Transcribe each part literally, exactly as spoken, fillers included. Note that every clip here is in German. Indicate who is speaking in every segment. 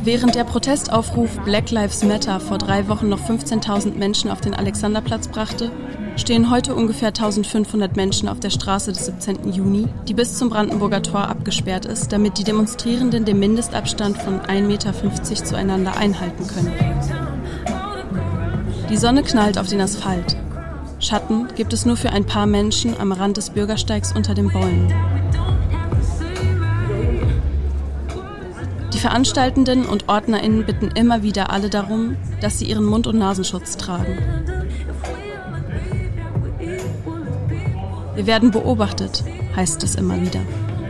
Speaker 1: Während der Protestaufruf Black Lives Matter vor drei Wochen noch fünfzehntausend Menschen auf den Alexanderplatz brachte, stehen heute ungefähr eintausendfünfhundert Menschen auf der Straße des siebzehnten Juni, die bis zum Brandenburger Tor abgesperrt ist, damit die Demonstrierenden den Mindestabstand von ein Meter fünfzig zueinander einhalten können. Die Sonne knallt auf den Asphalt. Schatten gibt es nur für ein paar Menschen am Rand des Bürgersteigs unter den Bäumen. Die Veranstaltenden und OrdnerInnen bitten immer wieder alle darum, dass sie ihren Mund- und Nasenschutz tragen. Wir werden beobachtet, heißt es immer wieder.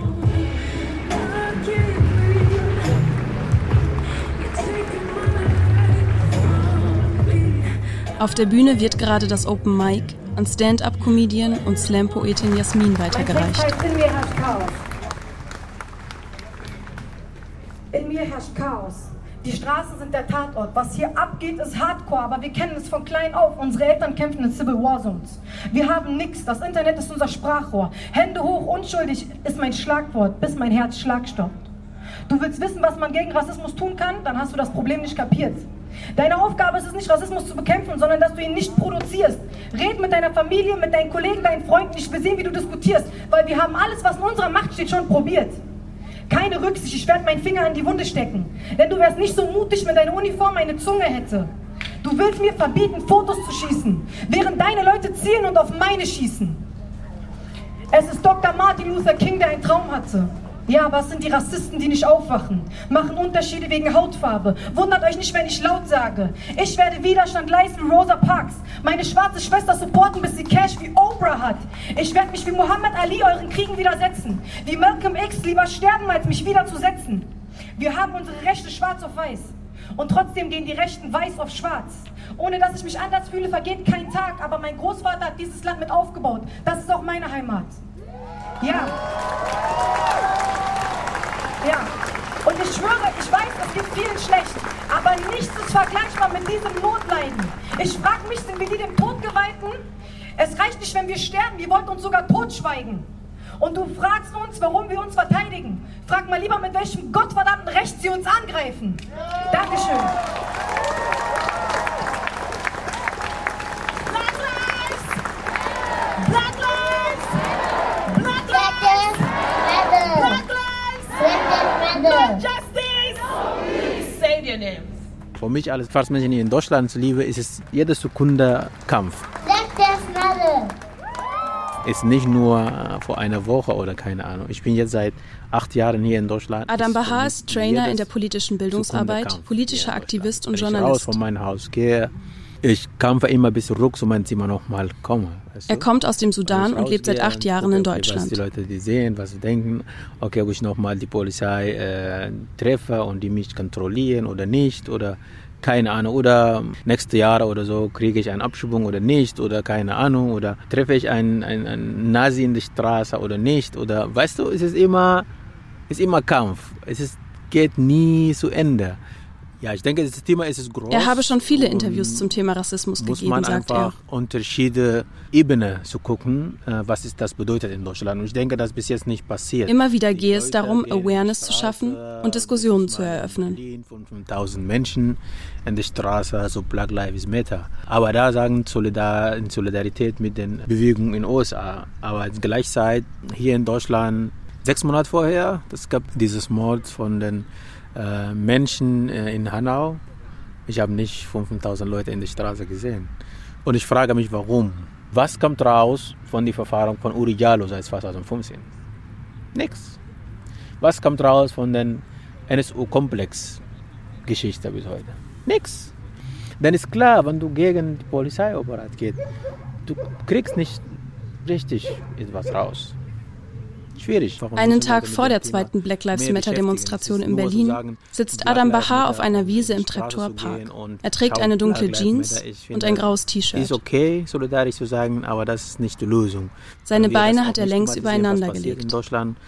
Speaker 1: Auf der Bühne wird gerade das Open Mic an Stand-up-Comedian und Slam-Poetin Jasmin weitergereicht.
Speaker 2: In mir herrscht Chaos. In mir herrscht Chaos. Die Straßen sind der Tatort. Was hier abgeht, ist Hardcore, aber wir kennen es von klein auf. Unsere Eltern kämpfen in Civil War Zones. Wir haben nichts. Das Internet ist unser Sprachrohr. Hände hoch, unschuldig ist mein Schlagwort, bis mein Herz Schlag stoppt. Du willst wissen, was man gegen Rassismus tun kann? Dann hast du das Problem nicht kapiert. Deine Aufgabe ist es nicht, Rassismus zu bekämpfen, sondern dass du ihn nicht produzierst. Red mit deiner Familie, mit deinen Kollegen, deinen Freunden. Ich will sehen, wie du diskutierst, weil wir haben alles, was in unserer Macht steht, schon probiert. Keine Rücksicht, ich werde meinen Finger in die Wunde stecken. Denn du wärst nicht so mutig, wenn deine Uniform eine Zunge hätte. Du willst mir verbieten, Fotos zu schießen, während deine Leute zielen und auf meine schießen. Es ist Doktor Martin Luther King, der einen Traum hatte. Ja, aber es sind die Rassisten, die nicht aufwachen, machen Unterschiede wegen Hautfarbe. Wundert euch nicht, wenn ich laut sage. Ich werde Widerstand leisten wie Rosa Parks. Meine schwarze Schwester supporten, bis sie Cash wie Oprah hat. Ich werde mich wie Muhammad Ali euren Kriegen widersetzen. Wie Malcolm X lieber sterben, als mich wiederzusetzen. Wir haben unsere Rechte schwarz auf weiß. Und trotzdem gehen die Rechten weiß auf schwarz. Ohne dass ich mich anders fühle, vergeht kein Tag. Aber mein Großvater hat dieses Land mit aufgebaut. Das ist auch meine Heimat. Ja. Ja, und ich schwöre, ich weiß, es geht vielen schlecht, aber nichts ist vergleichbar mit diesem Notleiden. Ich frage mich, sind wir die dem Tod geweihten? Es reicht nicht, wenn wir sterben, wir wollten uns sogar totschweigen. Und du fragst uns, warum wir uns verteidigen. Frag mal lieber, mit welchem gottverdammten Recht sie uns angreifen. Dankeschön.
Speaker 3: Black Lives! Black Lives! Black Lives! Black Lives! No justice! Say your name.
Speaker 4: Für mich als schwarze Menschen in Deutschland zu leben, ist es jede Sekunde Kampf. Es ist nicht nur vor einer Woche oder keine Ahnung. Ich bin jetzt seit acht Jahren hier in Deutschland.
Speaker 1: Adam Bahar ist Trainer in der politischen Bildungsarbeit, politischer Aktivist und Journalist.
Speaker 4: Wenn ich raus von meinem Haus gehe, ich kämpfe immer bis zurück zu meinem Zimmer nochmal komme. Weißt du?
Speaker 1: Er kommt aus dem Sudan und lebt seit acht Jahren in Deutschland.
Speaker 4: Was die Leute die sehen, was sie denken, okay, ob ich nochmal die Polizei äh, treffe und die mich kontrollieren oder nicht oder keine Ahnung, oder nächstes Jahr oder so kriege ich eine Abschiebung oder nicht oder keine Ahnung, oder treffe ich einen, einen, einen Nazi in der Straße oder nicht, oder weißt du, es ist immer, es ist immer Kampf, es ist, geht nie zu Ende. Ja, ich denke, das Thema ist groß.
Speaker 1: Er habe schon viele Interviews zum Thema Rassismus gegeben, sagt er.
Speaker 4: Muss man einfach unterschiedliche Ebenen zu gucken, was ist das bedeutet in Deutschland. Und ich denke, das ist bis jetzt nicht passiert.
Speaker 1: Immer wieder gehe es darum, Awareness zu schaffen und Diskussionen zu eröffnen.
Speaker 4: fünftausend Menschen in der Straße, so Black Lives Matter. Aber da sagen Solidar, in Solidarität mit den Bewegungen in den U S A. Aber gleichzeitig hier in Deutschland, sechs Monate vorher, es gab dieses Mord von den Äh, Menschen äh, in Hanau. Ich habe nicht fünftausend Leute in der Straße gesehen. Und ich frage mich, warum? Was kommt raus von der Verfahren von Uri Jallo seit zweitausendfünfzehn? Nichts. Was kommt raus von der N S U-Komplex-Geschichte bis heute? Nichts. Dann ist klar, wenn du gegen die Polizeiapparat gehst, du kriegst nicht richtig etwas raus. Schwierig.
Speaker 1: Einen Tag vor der zweiten Black Lives Matter Demonstration in Berlin sitzt Adam Bahar auf einer Wiese im Traktorpark. Er trägt eine dunkle Jeans und ein graues T-Shirt.
Speaker 4: Ist okay, solidarisch zu sagen, aber das ist nicht die Lösung.
Speaker 1: Seine Beine hat er längs übereinander gelegt.
Speaker 4: In Deutschland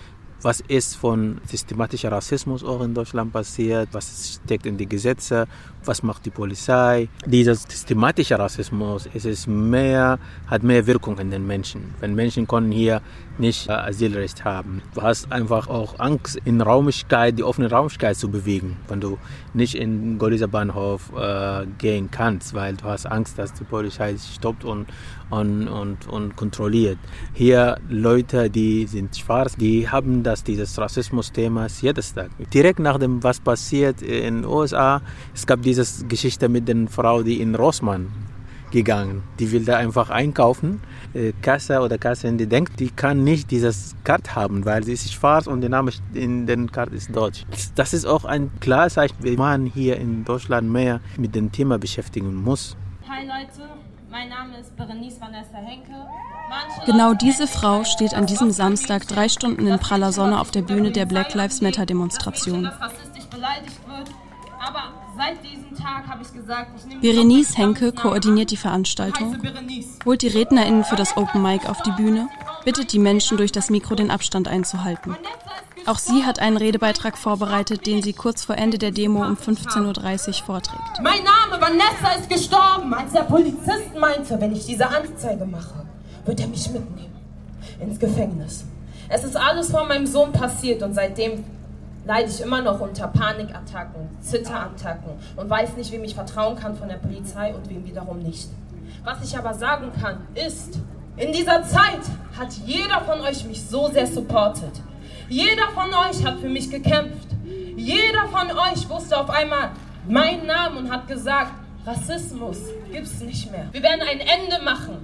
Speaker 4: was ist von systematischer Rassismus auch in Deutschland passiert, was steckt in die Gesetze, was macht die Polizei. Dieser systematische Rassismus ist es mehr, hat mehr Wirkung in den Menschen. Wenn Menschen können hier nicht äh, Asylrecht haben. Du hast einfach auch Angst, in Räumlichkeit, die offene Räumlichkeit zu bewegen, wenn du nicht in den Gorliser Bahnhof äh, gehen kannst, weil du hast Angst, dass die Polizei stoppt und, und, und, und kontrolliert. Hier Leute, die sind schwarz, die haben das, dieses Rassismus-Thema jedes Tag. Direkt nach dem, was passiert in den U S A, es gab diese Geschichte mit der Frau, die in Rossmann gegangen. Die will da einfach einkaufen. Äh, Kasse oder Kassin, die denkt, die kann nicht dieses Karte haben, weil sie ist schwarz und der Name in den Karte ist deutsch. Das ist auch ein klares Zeichen, wie man hier in Deutschland mehr mit dem Thema beschäftigen muss.
Speaker 5: Hi Leute, mein Name ist Berenice Vanessa Henke. Manche
Speaker 1: Genau diese Frau steht an diesem Samstag drei Stunden in praller Sonne auf der Bühne der Black Lives Matter Demonstration.
Speaker 5: dass rassistisch beleidigt wird, aber seit diesem Tag habe ich gesagt, ich nehme
Speaker 1: Berenice Henke koordiniert die Veranstaltung, holt die RednerInnen für das Open Mic auf die Bühne, bittet die Menschen durch das Mikro den Abstand einzuhalten. Auch sie hat einen Redebeitrag vorbereitet, den sie kurz vor Ende der Demo um fünfzehn Uhr dreißig vorträgt.
Speaker 5: Mein Name Vanessa ist gestorben, als der Polizist meinte, wenn ich diese Anzeige mache, wird er mich mitnehmen ins Gefängnis. Es ist alles vor meinem Sohn passiert und seitdem leide ich immer noch unter Panikattacken, Zitterattacken und weiß nicht, wem ich vertrauen kann von der Polizei und wem wiederum nicht. Was ich aber sagen kann, ist, in dieser Zeit hat jeder von euch mich so sehr supportet. Jeder von euch hat für mich gekämpft. Jeder von euch wusste auf einmal meinen Namen und hat gesagt, Rassismus gibt's nicht mehr. Wir werden ein Ende machen.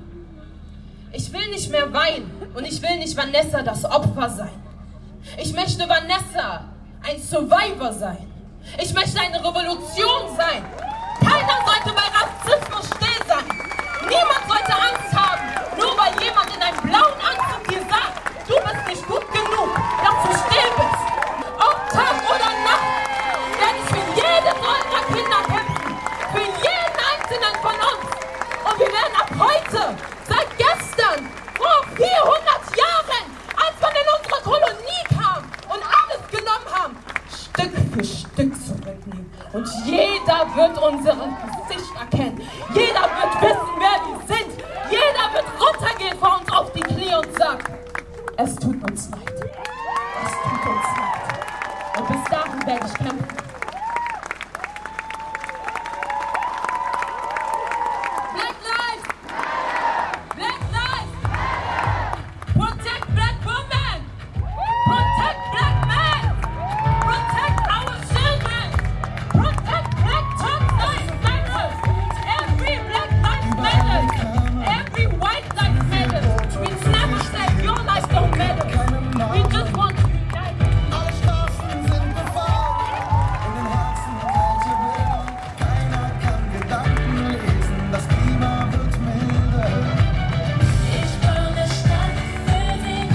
Speaker 5: Ich will nicht mehr weinen und ich will nicht Vanessa das Opfer sein. Ich möchte Vanessa ein Survivor sein. Ich möchte eine Revolution sein. Keiner sollte bei Rassismus still sein. Niemand sollte Angst haben, nur weil jemand in einem blauen Anzug dir sagt, du bist nicht gut genug, dass du still bist. Ob Tag oder Nacht werde ich für jedes unserer Kinder kämpfen. Für jeden einzelnen von uns. Und wir werden ab heute, seit gestern, vor vierhundert Jahren, als man in unsere Kolonie kam und alles genommen haben, Stück für Stück zurücknehmen. Und jeder wird unsere Gesicht erkennen. Jeder wird wissen, wer wir sind. Jeder wird runtergehen vor uns auf die Knie und sagen, es tut uns leid. Es tut uns leid. Und bis dahin werde ich kämpfen. Black lives! Black lives! Protect black women! Protect black men! Protect our children! Protect black top lives matters! Every black life matters! Every white life matters! We never said your life don't matter! We just want to unite!
Speaker 6: Alle Straßen sind befahren, in den Herzen kalte Bilder. Keiner kann Gedanken lesen, das Klima wird milder.
Speaker 5: Ich baue Stadt für dich.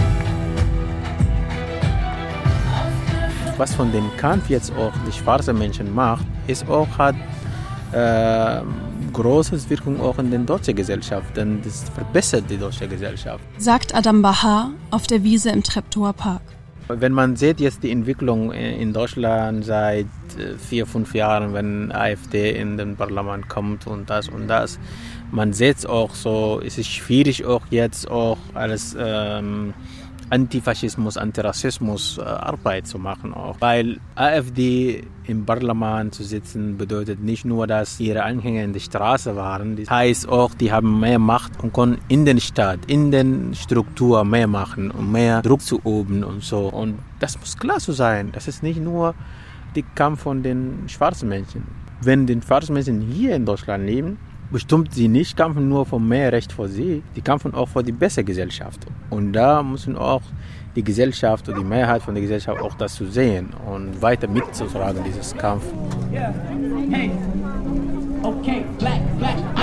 Speaker 4: Was von dem Kampf jetzt auch die schwarzen Menschen macht, ist auch hat äh, großes Wirkung auch in der deutschen Gesellschaft, denn das verbessert die deutsche Gesellschaft.
Speaker 1: Sagt Adam Bahar auf der Wiese im Treptower Park.
Speaker 4: Wenn man sieht jetzt die Entwicklung in Deutschland seit vier, fünf Jahren, wenn AfD in den Parlament kommt und das und das, man sieht auch so, es ist schwierig auch jetzt auch alles ähm, Antifaschismus, Antirassismus äh, Arbeit zu machen auch. Weil AfD im Parlament zu sitzen bedeutet nicht nur, dass ihre Anhänger in der Straße waren. Das heißt auch, die haben mehr Macht und können in den Staat, in den Struktur mehr machen, um mehr Druck zu üben und so. Und das muss klar so sein. Das ist nicht nur der Kampf von den schwarzen Menschen. Wenn die schwarzen Menschen hier in Deutschland leben, bestimmt sie nicht kämpfen nur für mehr Recht für sie, die kämpfen auch für die bessere Gesellschaft. Und da müssen auch die Gesellschaft und die Mehrheit von der Gesellschaft auch das zu sehen und weiter mitzutragen, dieses Kampf.
Speaker 7: Yeah. Hey. Okay, black, black.